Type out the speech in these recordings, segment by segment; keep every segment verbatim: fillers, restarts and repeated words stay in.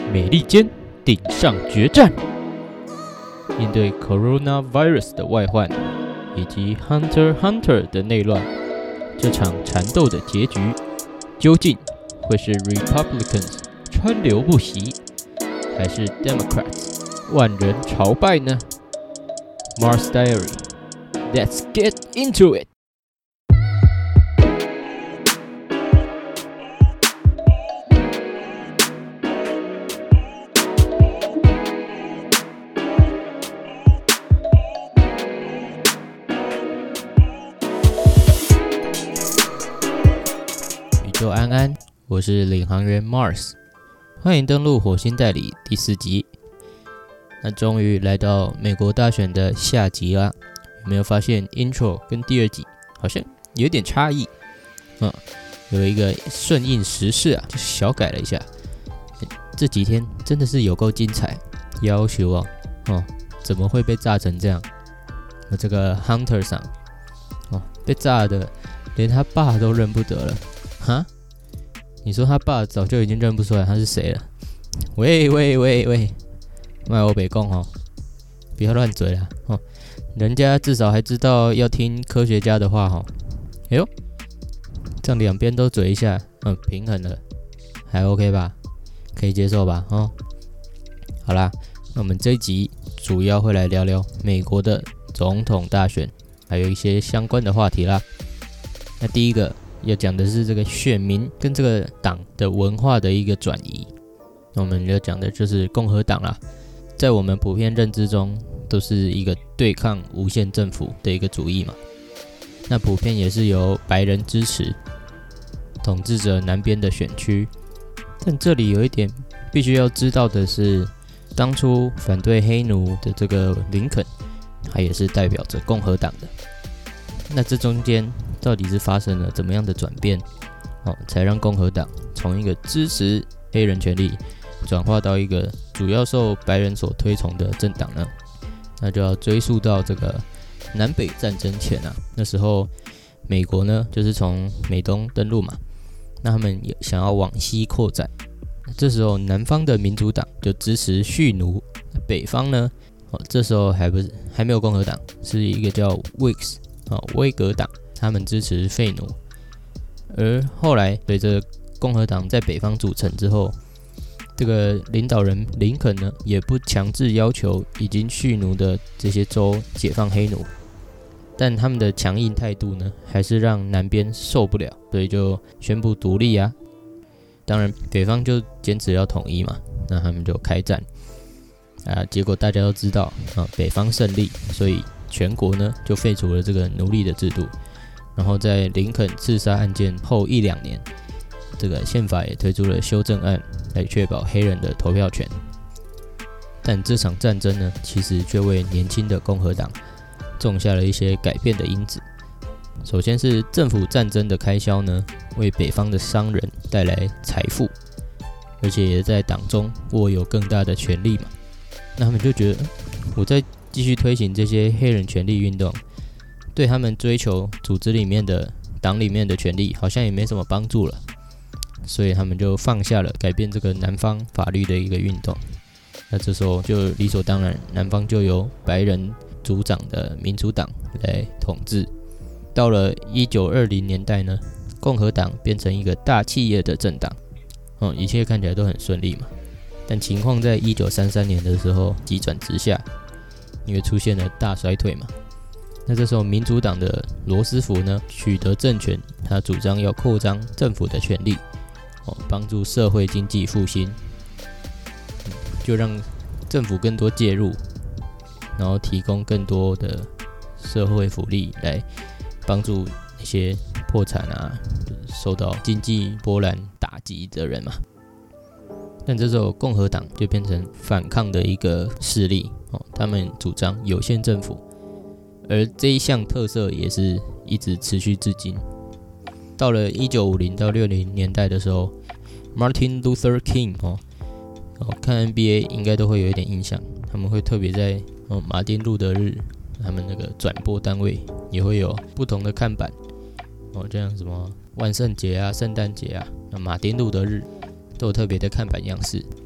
美利坚顶上决战。面对 Coronavirus 的外患以及 Hunter x Hunter 的内乱，这场缠斗的结局究竟会是 Republicans 川流不息，还是 Democrats 万人朝拜呢？ Mars Diary Let's get into it! 宇宙安安，我是领航员 Mars， 欢迎登陆火星代理第四集。那终于来到美国大选的下集啦，有没有发现 intro 跟第二集好像有点差异？嗯，有一个顺应时事啊，就小改了一下。这几天真的是有够精彩，要求啊，哦，怎么会被炸成这样？我这个 Hunter 上，哦，被炸的连他爸都认不得了，哈？你说他爸早就已经认不出来他是谁了？喂喂喂喂！卖我北贡哦，不要乱嘴啦哦，人家至少还知道要听科学家的话哦。哎呦，这样两边都嘴一下，嗯，平衡了，还 OK 吧？可以接受吧？哦，好啦，那我们这一集主要会来聊聊美国的总统大选，还有一些相关的话题啦。那第一个要讲的是这个选民跟这个党的文化的一个转移，那我们要讲的就是共和党啦。在我们普遍认知中，都是一个对抗无限政府的一个主义嘛。那普遍也是由白人支持，统治着南边的选区。但这里有一点必须要知道的是，当初反对黑奴的这个林肯，他也是代表着共和党的。那这中间到底是发生了怎么样的转变，哦，才让共和党从一个支持黑人权利转化到一个主要受白人所推崇的政党呢？那就要追溯到这个南北战争前啊，那时候美国呢就是从美东登陆嘛，那他们也想要往西扩展，这时候南方的民主党就支持蓄奴，北方呢，哦，这时候还不是还没有共和党，是一个叫 Whigs 哦威格党，他们支持废奴，而后来随着共和党在北方组成之后，这个领导人林肯呢，也不强制要求已经蓄奴的这些州解放黑奴，但他们的强硬态度呢，还是让南边受不了，所以就宣布独立啊。当然，北方就坚持要统一嘛，那他们就开战啊。结果大家都知道啊，北方胜利，所以全国呢就废除了这个奴隶的制度。然后在林肯刺杀案件后一两年，这个宪法也推出了修正案，来确保黑人的投票权。但这场战争呢，其实却为年轻的共和党种下了一些改变的因子。首先是政府战争的开销呢，为北方的商人带来财富，而且也在党中握有更大的权力嘛。那他们就觉得，我在继续推行这些黑人权利运动，对他们追求组织里面的党里面的权利，好像也没什么帮助了。所以他们就放下了改变这个南方法律的一个运动。那这时候就理所当然，南方就由白人主掌的民主党来统治。到了一九二零年代呢，共和党变成一个大企业的政党，哦，一切看起来都很顺利嘛。但情况在一九三三年的时候急转直下，因为出现了大衰退嘛。那这时候民主党的罗斯福呢取得政权，他主张要扩张政府的权力，哦，帮助社会经济复兴，就让政府更多介入，然后提供更多的社会福利来帮助那些破产啊、受到经济波澜打击的人嘛。但这时候共和党就变成反抗的一个势力，哦，他们主张有限政府，而这一项特色也是一直持续至今。到了一九五零到六零年代的时候 ，Martin Luther King 哦，哦看 N B A 应该都会有一点印象，他们会特别在哦马丁路德日，他们那个转播单位也会有不同的看板，哦，这样什么万圣节啊、圣诞节啊、马丁路德日都有特别的看板样式。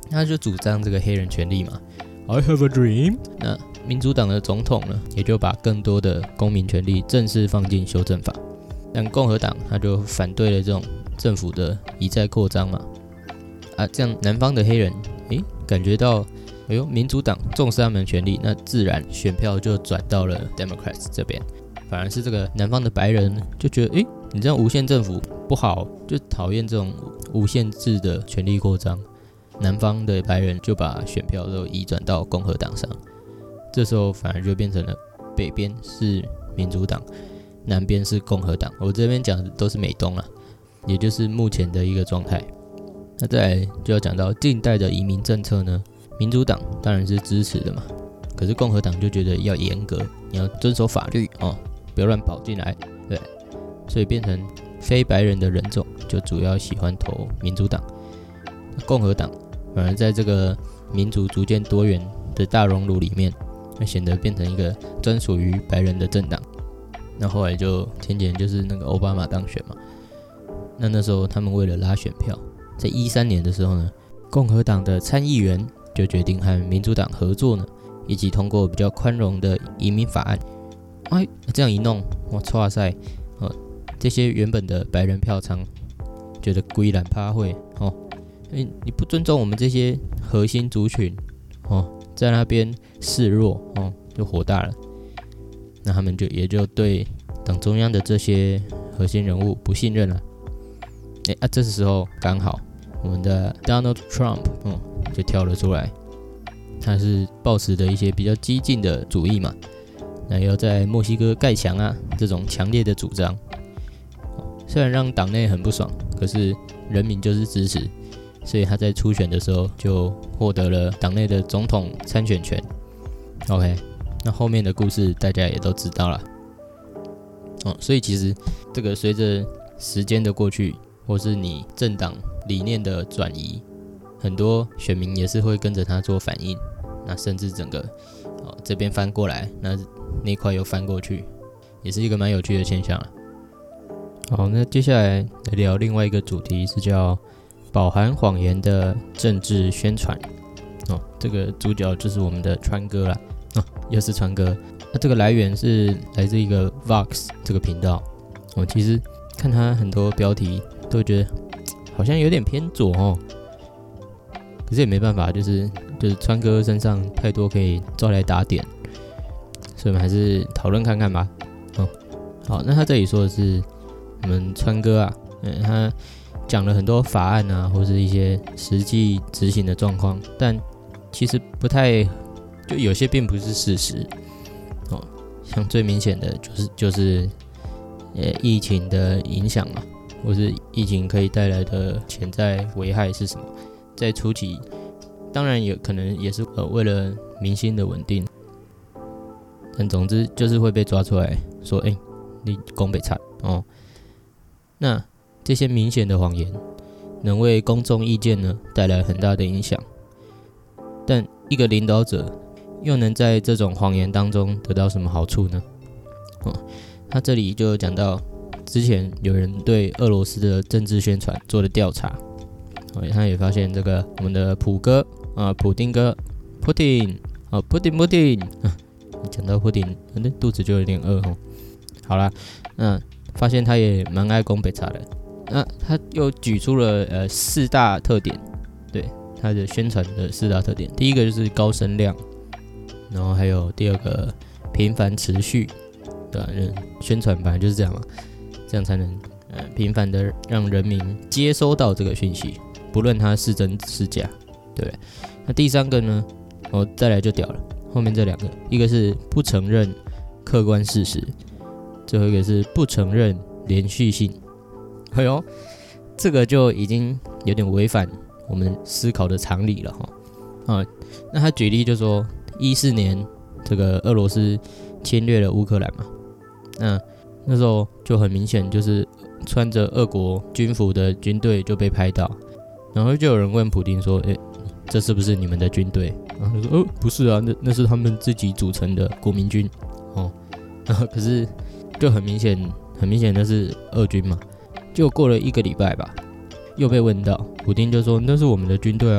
他就主张这个黑人权利嘛 ，I have a dream。那民主党的总统呢，也就把更多的公民权利正式放进修正法。但共和党他就反对了这种政府的一再扩张嘛，啊，这样南方的黑人，诶，感觉到，哎呦，民主党重视他们的权利，那自然选票就转到了 Democrats 这边。反而是这个南方的白人就觉得，诶，你这样无限政府不好，就讨厌这种无限制的权力扩张。南方的白人就把选票都移转到共和党上，这时候反而就变成了北边是民主党，南边是共和党。我这边讲的都是美东啦，也就是目前的一个状态。那再来就要讲到近代的移民政策呢，民主党当然是支持的嘛，可是共和党就觉得要严格，你要遵守法律哦，不要乱跑进来，对，所以变成非白人的人种就主要喜欢投民主党，共和党反而在这个民族逐渐多元的大熔炉里面，显得变成一个专属于白人的政党。那后来就前几年就是那个奥巴马当选嘛，那那时候他们为了拉选票，在一三年的时候呢，共和党的参议员就决定和民主党合作呢，一起通过比较宽容的移民法案。哎，这样一弄，哇，哇塞，哦，这些原本的白人票仓觉得归然趴会哦，你不尊重我们这些核心族群哦，在那边示弱哦，就火大了。那他们就也就对党中央的这些核心人物不信任了。哎啊，这时候刚好我们的 Donald Trump 哦就跳了出来，他是抱持的一些比较激进的主义嘛，那要在墨西哥盖墙啊这种强烈的主张，虽然让党内很不爽，可是人民就是支持，所以他在初选的时候就获得了党内的总统参选权。OK。那后面的故事大家也都知道了，哦，所以其实这个随着时间的过去，或是你政党理念的转移，很多选民也是会跟着他做反应，那甚至整个哦这边翻过来，那那块又翻过去，也是一个蛮有趣的现象了。好，那接下来来聊另外一个主题，是叫饱含谎言的政治宣传。哦，这个主角就是我们的川哥啦。哦，又是川哥。那这个来源是来自一个 Vox 这个频道。我、哦、其实看他很多标题都觉得好像有点偏左哦，可是也没办法，就是就是川哥身上太多可以抓来打点，所以我们还是讨论看看吧。哦，好，那他这里说的是我们川哥啊，嗯，他讲了很多法案啊，或是一些实际执行的状况，但其实不太。就有些并不是事实，哦，像最明显的就是就是呃疫情的影响嘛，或是疫情可以带来的潜在危害是什么？在初期，当然有可能也是呃为了民心的稳定，但总之就是会被抓出来说，哎、欸，你讲北差哦。那这些明显的谎言能为公众意见呢带来很大的影响，但一个领导者又能在这种谎言当中得到什么好处呢？哦，他这里就有讲到，之前有人对俄罗斯的政治宣传做了调查，哦，他也发现这个我们的普哥啊，普丁哥，普丁啊，普丁普丁，讲到普丁，反正肚子就有点饿哦。好啦，那发现他也蛮爱攻北茶的，那他又举出了呃四大特点，对他的宣传的四大特点，第一个就是高声量。然后还有第二个频繁持续，对吧？宣传本来就是这样嘛，这样才能呃频繁的让人民接收到这个讯息，不论它是真是假，对不对？那第三个呢，哦，再来就屌了，后面这两个，一个是不承认客观事实，最后一个是不承认连续性。哎呦，这个就已经有点违反我们思考的常理了哈。啊，那他举例就说。一四年，这个俄罗斯侵略了乌克兰嘛，那那时候就很明显，就是穿着俄国军服的军队就被拍到，然后就有人问普丁说：“哎，这是不是你们的军队？”然后他说：“哦，不是啊，那那是他们自己组成的国民军。”哦，然后可是就很明显，很明显那是俄军嘛。就过了一个礼拜吧，又被问到，普丁就说：“那是我们的军队啊。”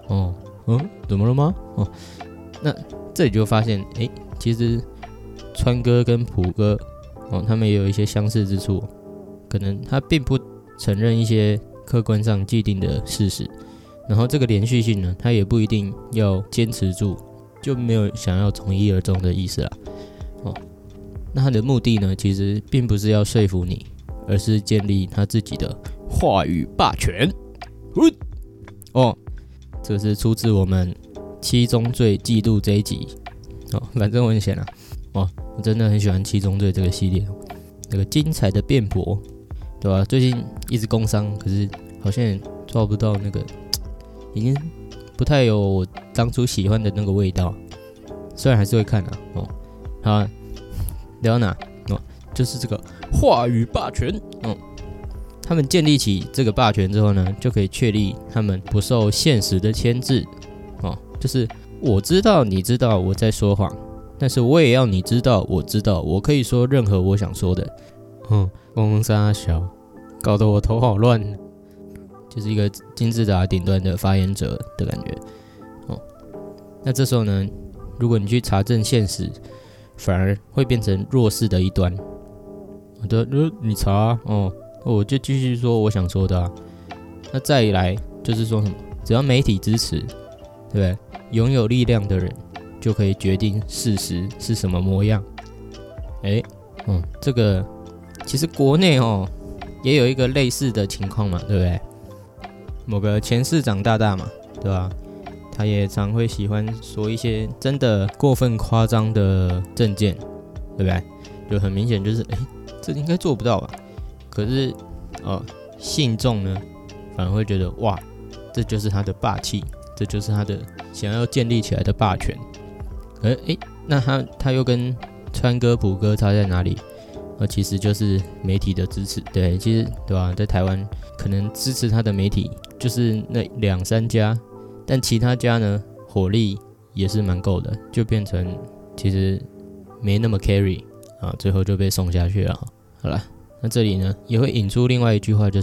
哦，嗯，怎么了吗？哦，那这里就发现，哎，其实川哥跟普哥，哦，他们也有一些相似之处，可能他并不承认一些客观上既定的事实，然后这个连续性呢，他也不一定要坚持住，就没有想要从一而终的意思啦。哦，那他的目的呢，其实并不是要说服你，而是建立他自己的话语霸权。哦，这个是出自我们七宗罪记录这一集。哦，反正我很闲啦。哦，我真的很喜欢七宗罪这个系列，那个精彩的辩驳，对吧？最近一直工商，可是好像也抓不到那个，已经不太有我当初喜欢的那个味道。虽然还是会看啊。哦，好啊，聊到哪？哦，就是这个话语霸权。哦，他们建立起这个霸权之后呢，就可以确立他们不受现实的牵制。哦，就是我知道你知道我在说谎，但是我也要你知道我知道我可以说任何我想说的。嗯，公三小，搞得我头好乱，就是一个金字塔顶端的发言者的感觉。哦，那这时候呢，如果你去查证现实，反而会变成弱势的一端。对，你查啊，哦，我就继续说我想说的啊。那再来就是说什么，只要媒体支持，对不对？拥有力量的人就可以决定事实是什么模样。哎，嗯，这个其实国内哦也有一个类似的情况嘛，对不对？某个前市长大大嘛，对吧？他也常会喜欢说一些真的过分夸张的政见，对不对？就很明显就是，哎，这应该做不到吧？可是，哦，信众呢，反而会觉得，哇，这就是他的霸气，这就是他的想要建立起来的霸权。而哎，那他他又跟川哥、普哥差在哪里？呃，其实就是媒体的支持。对，其实对吧？在台湾可能支持他的媒体就是那两三家。但其他家呢，火力也是蛮够的，就变成其实没那么 carry 啊，最后就被送下去了。好了，那这里呢也会引出另外一句话，就是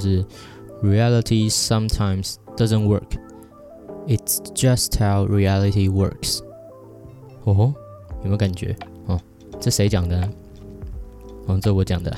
reality sometimes doesn't work, it's just how reality works。哦，有没有感觉？哦，这谁讲的呢？哦，这我讲的。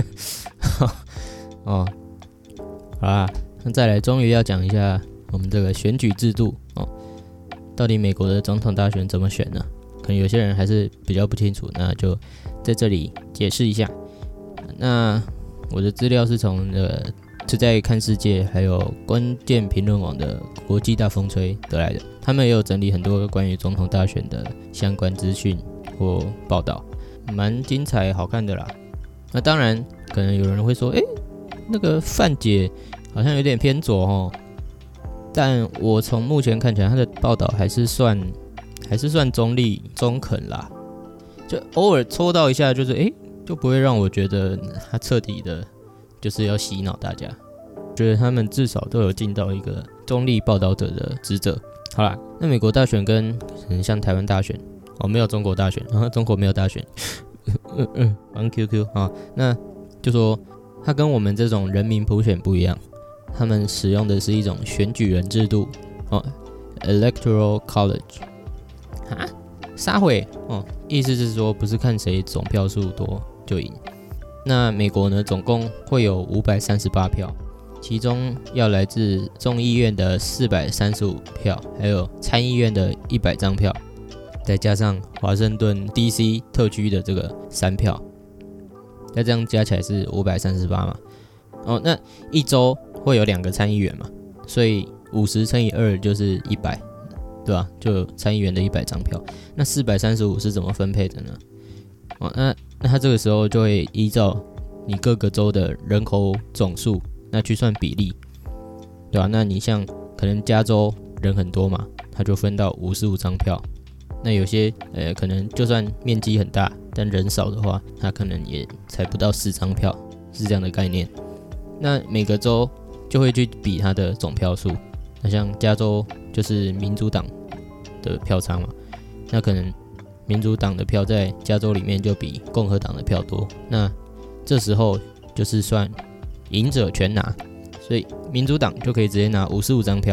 哦，好啦，那再来，终于要讲一下我们这个选举制度哦，到底美国的总统大选怎么选呢？可能有些人还是比较不清楚，那就在这里解释一下。那我的资料是从呃是在看世界还有关键评论网的国际大风吹得来的，他们也有整理很多关于总统大选的相关资讯或报道，蛮精彩好看的啦。那当然，可能有人会说，诶，那个范姐好像有点偏左哦。但我从目前看起来，他的报道还是算还是算中立中肯啦，就偶尔戳到一下，就是哎，就不会让我觉得他彻底的就是要洗脑大家。觉得他们至少都有尽到一个中立报道者的职责。好啦，那美国大选跟可能像台湾大选哦，没有中国大选，然后中国没有大选，嗯嗯，玩 Q Q 啊，那就说它跟我们这种人民普选不一样。他们使用的是一种选举人制度哦 ，Electoral College。哈，啥回哦？意思是说，不是看谁总票数多就赢。那美国呢，总共会有五百三十八票，其中要来自众议院的四百三十五票，还有参议院的一百张票，再加上华盛顿 D C 特区的这个三票，那这样加起来是五百三十八嘛？哦，那一州会有两个参议员嘛，所以五十乘以二就是一百，对吧？就有参议员的一百张票。那四百三十五是怎么分配的呢？哦，那那他这个时候就会依照你各个州的人口总数，那去算比例，对吧？那你像可能加州人很多嘛，他就分到五十五张票。那有些呃可能就算面积很大，但人少的话，他可能也才不到四张票，是这样的概念。那每个州就会去比它的总票数，那像加州就是民主党的票仓嘛，那可能民主党的票在加州里面就比共和党的票多，那这时候就是算赢者全拿，所以民主党就可以直接拿五十五张票，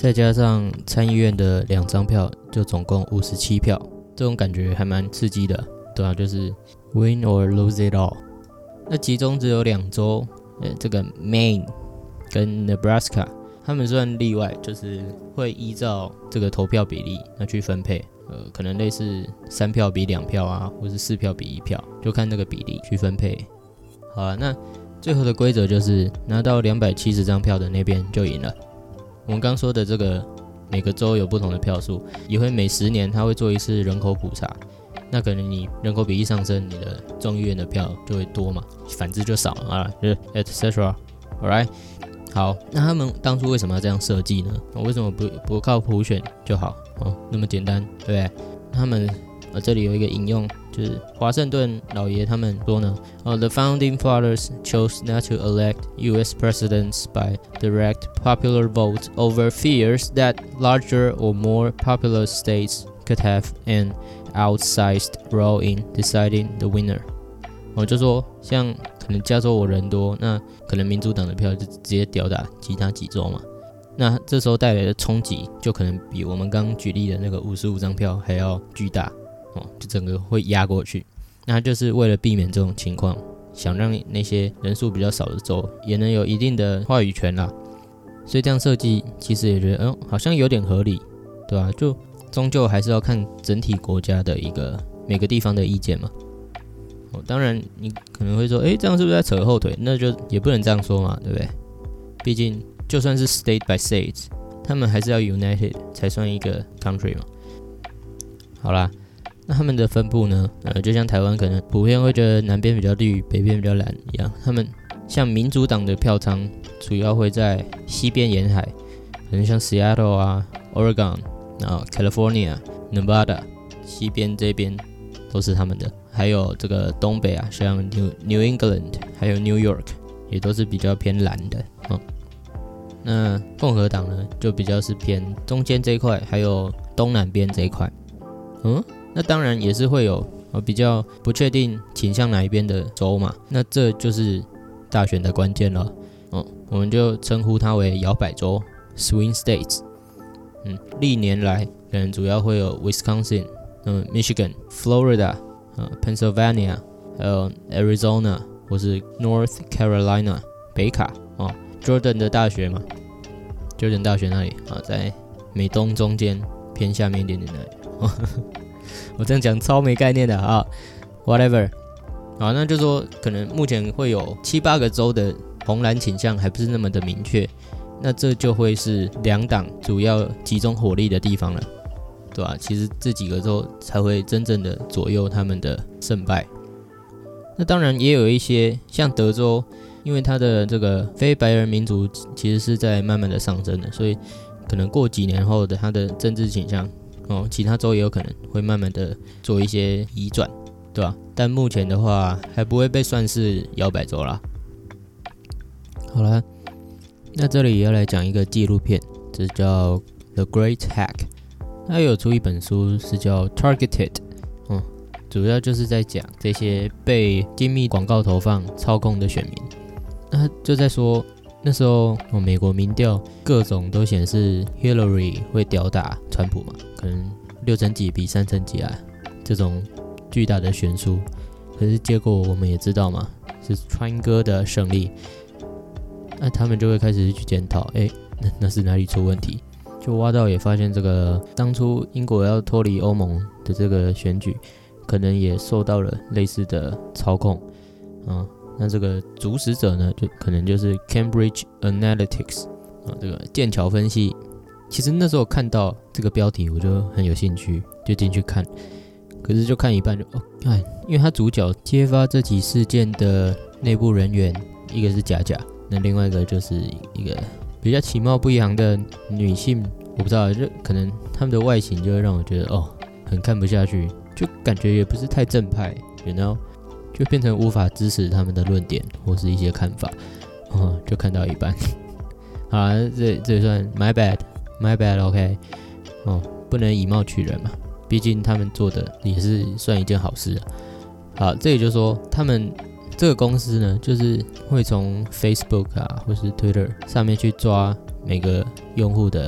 再加上参议院的两张票，就总共五十七票，这种感觉还蛮刺激的，对啊，就是 win or lose it all。那其中只有两州，呃，这个 Maine 跟 Nebraska， 他们算例外，就是会依照这个投票比例那去分配，呃，可能类似三票比两票啊，或是四票比一票，就看那个比例去分配。好了，那最后的规则就是拿到两百七十张票的那边就赢了。我们刚说的这个每个州有不同的票数，也会每十年他会做一次人口普查，那可能你人口比例上升，你的众议院的票就会多嘛，反之就少啊，就是 et cetera。Alright， 好，那他们当初为什么要这样设计呢？为什么不不靠普选就好？哦，那么简单，对不对？他们呃这里有一个引用，就是华盛顿老爷他们说呢，哦 ，The founding fathers chose not to elect U S presidents by direct popular vote over fears that larger or more populous states could have an outsized role in deciding the winner。我就说，像可能加州我人多，那可能民主党的票就直接吊打其他几州嘛。那这时候带来的冲击，就可能比我们刚刚举例的那个五十五张票还要巨大哦，就整个会压过去。那就是为了避免这种情况，想让那些人数比较少的州也能有一定的话语权啦。所以这样设计，其实也觉得，嗯，好像有点合理，对吧？就终究还是要看整体国家的一个每个地方的意见嘛。哦，当然你可能会说，诶，这样是不是在扯后腿？那就也不能这样说嘛，对不对？毕竟就算是 state by state， 他们还是要 united 才算一个 country 嘛。好啦，那他们的分布呢？呃，就像台湾可能普遍会觉得南边比较绿，北边比较蓝一样，他们像民主党的票仓主要会在西边沿海，可能像 Seattle 啊、Oregon， 然后 California、Nevada， 西边这边都是他们的。还有这个东北啊，像 New, New England， 还有 New York， 也都是比较偏蓝的。嗯，那共和党呢，就比较是偏中间这一块，还有东南边这一块。嗯，那当然也是会有比较不确定倾向哪一边的州嘛。那这就是大选的关键了。嗯，我们就称呼它为摇摆州 （Swing States）。嗯，历年来可能主要会有 Wisconsin、嗯 Michigan、Florida。呃 Pennsylvania， 还有 Arizona 或是 North Carolina 北卡哦 ，Jordan 的大学嘛 ，Jordan 大学那里啊，在美东中间偏下面一点点那里。哦、我这样讲超没概念的啊 ，whatever。好，那就说可能目前会有七八个州的红蓝倾向还不是那么的明确，那这就会是两党主要集中火力的地方了。对吧、啊？其实这几个州才会真正的左右他们的胜败。那当然也有一些像德州，因为它的这个非白人民族其实是在慢慢的上升的，所以可能过几年后的它的政治倾向，哦，其他州也有可能会慢慢的做一些移转，对吧、啊？但目前的话还不会被算是摇摆州啦。好了，那这里也要来讲一个纪录片，这叫 The Great Hack。他有出一本书是叫 Targeted， 嗯，主要就是在讲这些被精密广告投放操控的选民。那就在说那时候、哦、美国民调各种都显示 Hillary 会吊打川普嘛，可能六成几比三成几啊，这种巨大的悬殊。可是结果我们也知道嘛，是川哥的胜利。那他们就会开始去检讨，哎，那那是哪里出问题？就挖到也发现，这个当初英国要脱离欧盟的这个选举，可能也受到了类似的操控啊。那这个主使者呢，就可能就是 Cambridge Analytics 啊，这个剑桥分析。其实那时候看到这个标题，我就很有兴趣，就进去看。可是就看一半就哦，看，因为他主角揭发这起事件的内部人员，一个是假假，那另外一个就是一个比较其貌不扬的女性，我不知道，就可能他们的外形就会让我觉得哦，很看不下去，就感觉也不是太正派 ，you know， 就变成无法支持他们的论点或是一些看法，哦，就看到一半，好啦，这这也算 my bad，my bad，OK， 哦，不能以貌取人嘛，毕竟他们做的也是算一件好事啊。好，这也就是说他们。这个公司呢，就是会从 Facebook 啊，或是 Twitter 上面去抓每个用户的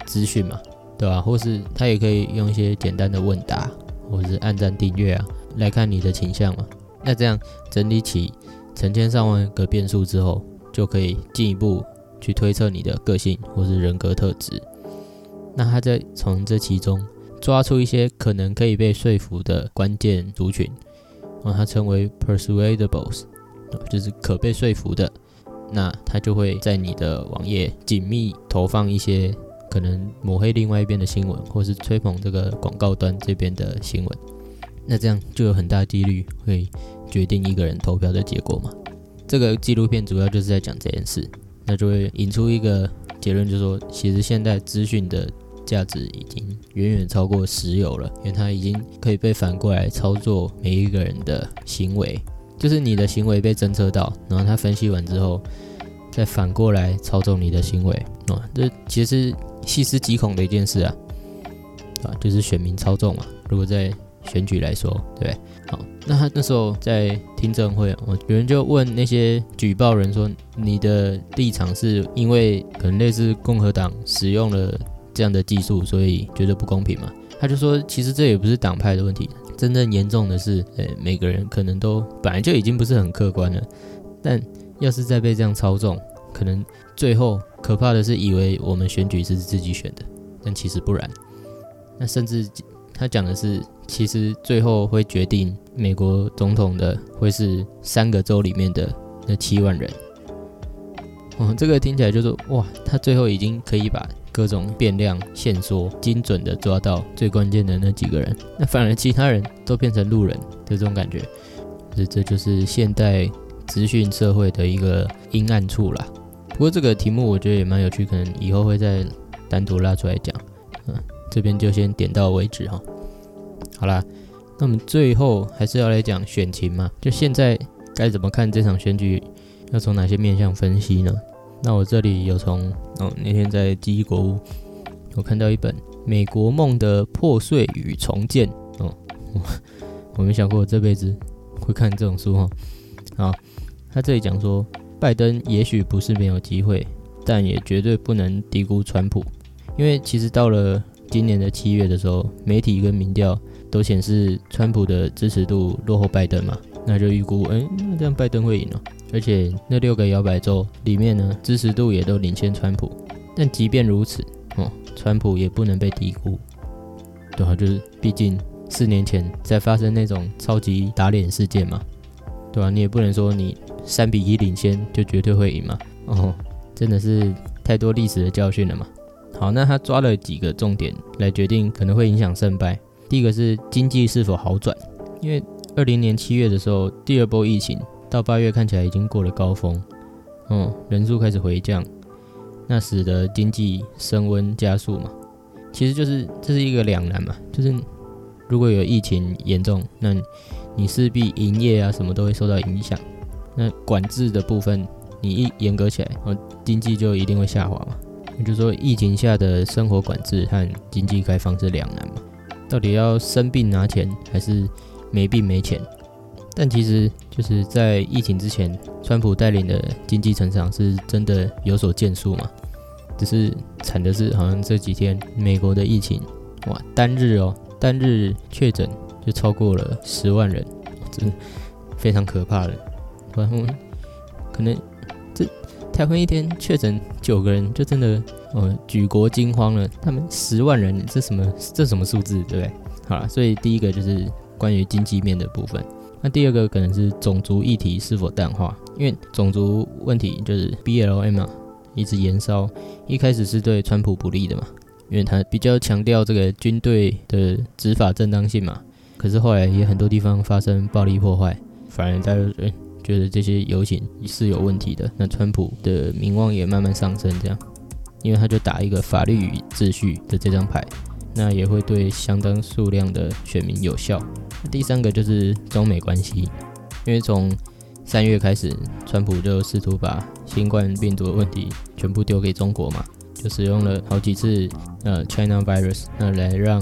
资讯嘛，对吧？或是他也可以用一些简单的问答，或是按赞订阅啊，来看你的倾向嘛。那这样整理起成千上万个变数之后，就可以进一步去推测你的个性或是人格特质。那他再从这其中抓出一些可能可以被说服的关键族群，哦，它称为 persuadables， 就是可被说服的。那它就会在你的网页紧密投放一些可能抹黑另外一边的新闻，或是吹捧这个广告端这边的新闻。那这样就有很大几率会决定一个人投票的结果嘛。这个纪录片主要就是在讲这件事，那就会引出一个结论，就是说其实现在资讯的价值已经远远超过石油了，因为它已经可以被反过来操作每一个人的行为，就是你的行为被侦测到，然后他分析完之后再反过来操纵你的行为，哦，这其实是细思极恐的一件事啊，啊，就是选民操纵嘛。如果在选举来说，对不对？好，那他那时候在听证会，哦，有人就问那些举报人说，你的立场是因为可能类似共和党使用了这样的技术，所以觉得不公平嘛？他就说，其实这也不是党派的问题，真正严重的是，呃，每个人可能都本来就已经不是很客观了，但要是再被这样操纵，可能最后可怕的是以为我们选举是自己选的，但其实不然。那甚至他讲的是，其实最后会决定美国总统的会是三个州里面的那七万人。哦，这个听起来就是哇，他最后已经可以把各种变量、线索精准的抓到最关键的那几个人，那反而其他人都变成路人的这种感觉。这这就是现代资讯社会的一个阴暗处啦。不过这个题目我觉得也蛮有趣，可能以后会再单独拉出来讲。嗯，这边就先点到为止哈。好啦，那我们最后还是要来讲选情嘛，就现在该怎么看这场选举，要从哪些面向分析呢？那我这里有从哦那天在记忆国屋，我看到一本《美国梦的破碎与重建》哦，我, 我没想过我这辈子会看这种书哈。好，他这里讲说，拜登也许不是没有机会，但也绝对不能低估川普，因为其实到了今年的七月的时候，媒体跟民调都显示川普的支持度落后拜登嘛，那就预估，哎，那这样拜登会赢了。而且那六个摇摆州里面呢，支持度也都领先川普。但即便如此，哦，川普也不能被低估，对啊，就是毕竟四年前在发生那种超级打脸事件嘛，对吧？你也不能说你三比一领先就绝对会赢嘛，哦，真的是太多历史的教训了嘛。好，那他抓了几个重点来决定可能会影响胜败。第一个是经济是否好转，因为二零年七月的时候，第二波疫情到八月看起来已经过了高峰，嗯，人数开始回降，那使得经济升温加速嘛。其实就是这是一个两难嘛，就是如果有疫情严重，那你势必营业啊什么都会受到影响。那管制的部分你一严格起来，哦，经济就一定会下滑嘛。也就是说，疫情下的生活管制和经济开放是两难嘛。到底要生病拿钱，还是没病没钱？但其实就是在疫情之前，川普带领的经济成长是真的有所建树嘛。只是惨的是，好像这几天美国的疫情，哇，单日哦，单日确诊就超过了十万人，真的非常可怕的。然后可能这台湾一天确诊九个人，就真的呃举国惊慌了。他们十万人，这什么这什么数字，对不对？好啦，所以第一个就是关于经济面的部分。那第二个可能是种族议题是否淡化，因为种族问题就是 B L M 啊，一直延烧，一开始是对川普不利的嘛，因为他比较强调这个军队的执法正当性嘛。可是后来也很多地方发生暴力破坏，反而大家就觉得这些游行是有问题的，那川普的名望也慢慢上升，这样，因为他就打一个法律与秩序的这张牌。那也会对相当数量的选民有效。第三个就是中美关系，因为从三月开始，川普就试图把新冠病毒的问题全部丢给中国嘛，就使用了好几次呃 China virus， 那来让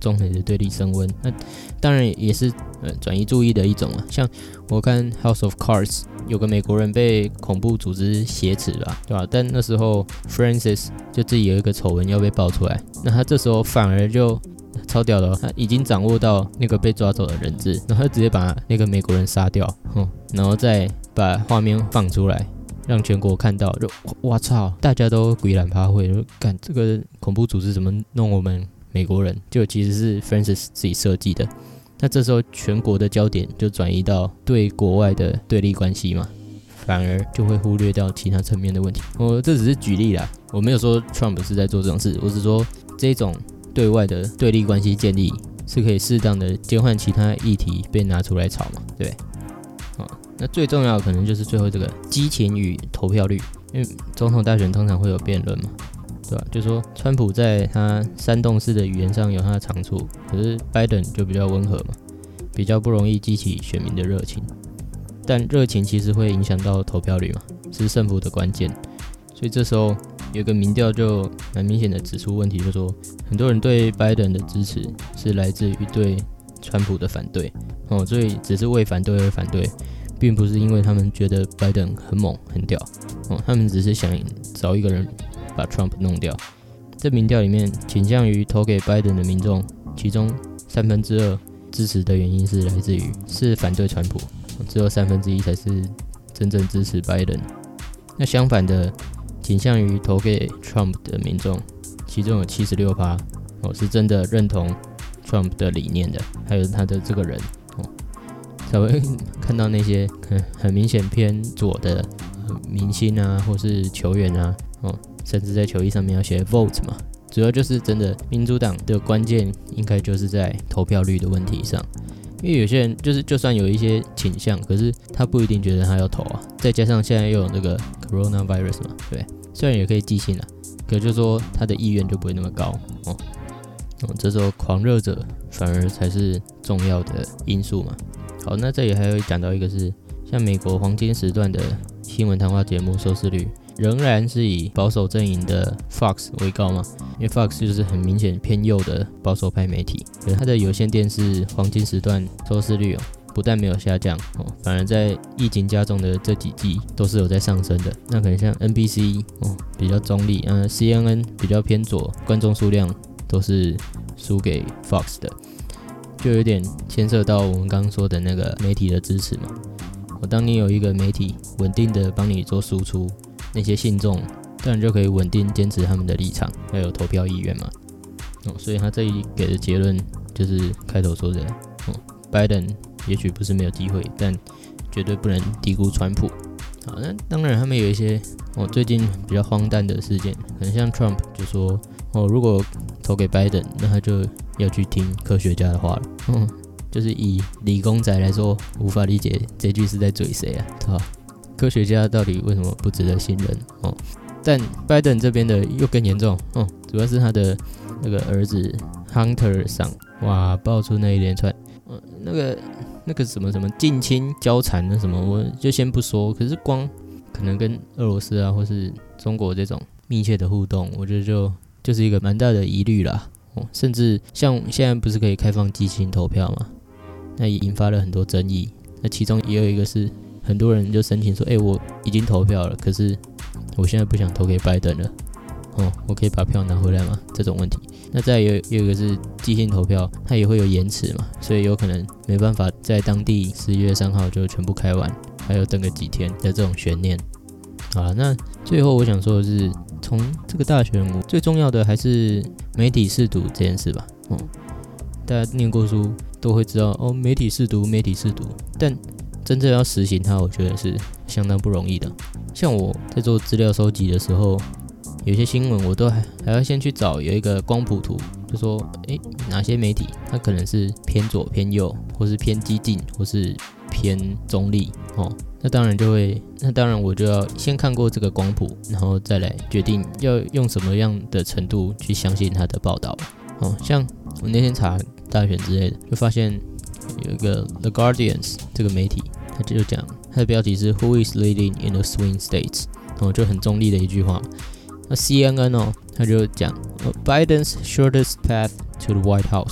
中美的对立升温。那当然也是呃转移注意的一种啊。像我看 House of Cards 有个美国人被恐怖组织挟持吧，对吧？但那时候 Francis 就自己有一个丑闻要被爆出来，那他这时候反而就超屌的、哦，他已经掌握到那个被抓走的人质，然后他直接把那个美国人杀掉，嗯，然后再把画面放出来，让全国看到，就哇操，大家都鬼懒趴会，就干这个恐怖组织怎么弄我们美国人？就其实是 Francis 自己设计的。那这时候全国的焦点就转移到对国外的对立关系嘛，反而就会忽略掉其他层面的问题。我这只是举例啦，我没有说 Trump 是在做这种事，我只说这种对外的对立关系建立是可以适当的交换其他议题被拿出来炒嘛，对。好，那最重要的可能就是最后这个激情与投票率，因为总统大选通常会有辩论嘛，对吧？就说川普在他煽动式的语言上有他的长处，可是拜登就比较温和嘛，比较不容易激起选民的热情。但热情其实会影响到投票率嘛，是胜负的关键。所以这时候有一个民调就蛮明显的指出问题，就是说很多人对拜登的支持是来自于对川普的反对哦，所以只是为反对而反对，并不是因为他们觉得拜登很猛很屌哦，他们只是想找一个人把 Trump 弄掉。这民调里面倾向于投给拜登的民众，其中三分之二支持的原因是来自于是反对川普，只有三分之一才是真正支持拜登。那相反的，倾向于投给 Trump 的民众，其中有 百分之七十六 哦是真的认同 Trump 的理念的，还有他的这个人哦，才会看到那些很很明显偏左的、呃、明星啊，或是球员啊，哦，甚至在球衣上面要写 vote 嘛，主要就是真的民主党的关键应该就是在投票率的问题上。因为有些人就是就算有一些倾向，可是他不一定觉得他要投啊。再加上现在又有那个 coronavirus 嘛，对，虽然也可以寄信啦，可就是说他的意愿就不会那么高哦。哦，这时候狂热者反而才是重要的因素嘛。好，那这里还有讲到一个是像美国黄金时段的新闻谈话节目收视率仍然是以保守阵营的 Fox 为高嘛，因为 Fox 就是很明显偏右的保守派媒体，可是它的有线电视黄金时段收视率哦，不但没有下降哦，反而在疫情加重的这几季都是有在上升的。那可能像 N B C 哦比较中立，呃 C N N 比较偏左，观众数量都是输给 Fox 的，就有点牵涉到我们刚刚说的那个媒体的支持嘛。哦，当你有一个媒体稳定的帮你做输出，那些信众当然就可以稳定坚持他们的立场，还有投票意愿嘛。哦，所以他这里给的结论就是开头说的，哦，拜登也许不是没有机会，但绝对不能低估川普。好，那当然他们有一些哦最近比较荒诞的事件，可能像 Trump 就说哦，如果投给拜登，那他就要去听科学家的话了。嗯，就是以理工仔来说，无法理解这句是在嘴谁啊，对吧？科学家到底为什么不值得信任哦？但拜登这边的又更严重哦，主要是他的那个儿子 Hunter 上哇爆出那一连串，呃、那个那个什么什么近亲交缠的什么，我就先不说。可是光可能跟俄罗斯啊或是中国这种密切的互动，我觉得就就是一个蛮大的疑虑啦。哦，甚至像现在不是可以开放即兴投票嘛？那也引发了很多争议。那其中也有一个是。很多人就申请说，哎、欸，我已经投票了，可是我现在不想投给拜登了，哦，我可以把票拿回来吗？这种问题。那再有有一个是即兴投票，它也会有延迟嘛，所以有可能没办法在当地十一月三号就全部开完，还有等个几天的这种悬念。好了，那最后我想说的是，从这个大选最重要的还是媒体识读这件事吧。哦，大家念过书都会知道，哦，媒体识读，媒体识读，但真正要实行它，我觉得是相当不容易的。像我在做资料收集的时候，有些新闻我都还还要先去找有一个光谱图，就说，诶，哪些媒体它可能是偏左、偏右，或是偏激进，或是偏中立哦。那当然就会，那当然我就要先看过这个光谱，然后再来决定要用什么样的程度去相信它的报道。哦，像我那天查大选之类的，就发现有一个 The Guardians 这个媒体。他就讲，他的标题是 Who is leading in the swing states？ 哦，就很中立的一句话。那 C N N 哦，他就讲、oh, Biden's shortest path to the White House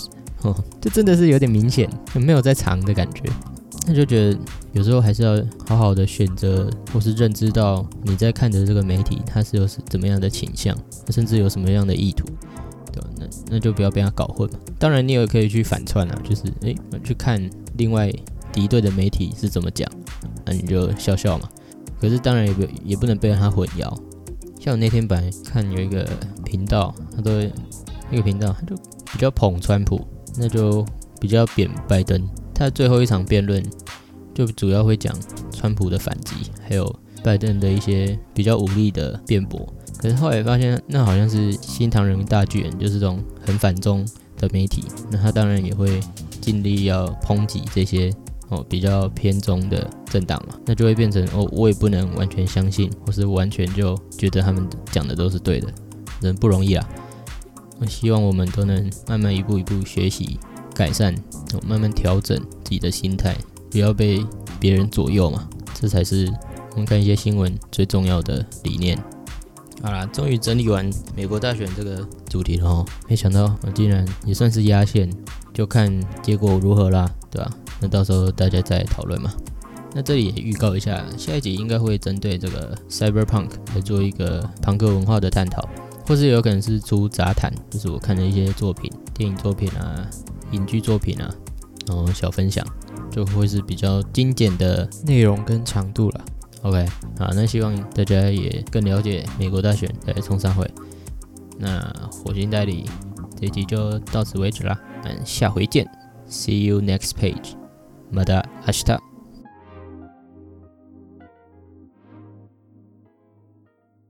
哦，这真的是有点明显，没有在藏的感觉。那就觉得有时候还是要好好的选择，或是认知到你在看的这个媒体它是有怎么样的倾向，甚至有什么样的意图，对吧？那那就不要被它搞混嘛。当然你也可以去反串啊，就是诶去看另外敌对的媒体是怎么讲，那你就笑笑嘛。可是当然也不也不能被它混淆。像我那天本来看有一个频道，他都那个频道他就比较捧川普，那就比较贬拜登。他最后一场辩论就主要会讲川普的反击，还有拜登的一些比较武力的辩驳。可是后来发现，那好像是新唐人大剧院，就是这种很反中的媒体，那他当然也会尽力要抨击这些哦比较偏中的政党嘛，那就会变成哦，我也不能完全相信，或是完全就觉得他们讲的都是对的，真不容易啦。我希望我们都能慢慢一步一步学习。改善，慢慢调整自己的心态，不要被别人左右嘛，这才是我们看一些新闻最重要的理念。好啦，终于整理完美国大选这个主题了哦，没想到我竟然也算是压线，就看结果如何啦，对吧？那到时候大家再讨论嘛。那这里也预告一下，下一集应该会针对这个 Cyberpunk 来做一个朋克文化的探讨，或是有可能是出杂谈，就是我看的一些作品、电影作品啊。影剧作品啊，然后小分享，就会是比较精简的内容跟长度啦。OK， 好，那希望大家也更了解美国大选在冲上会。那火星代理这一集就到此为止啦，我们下回见 ，See you next page，また明日。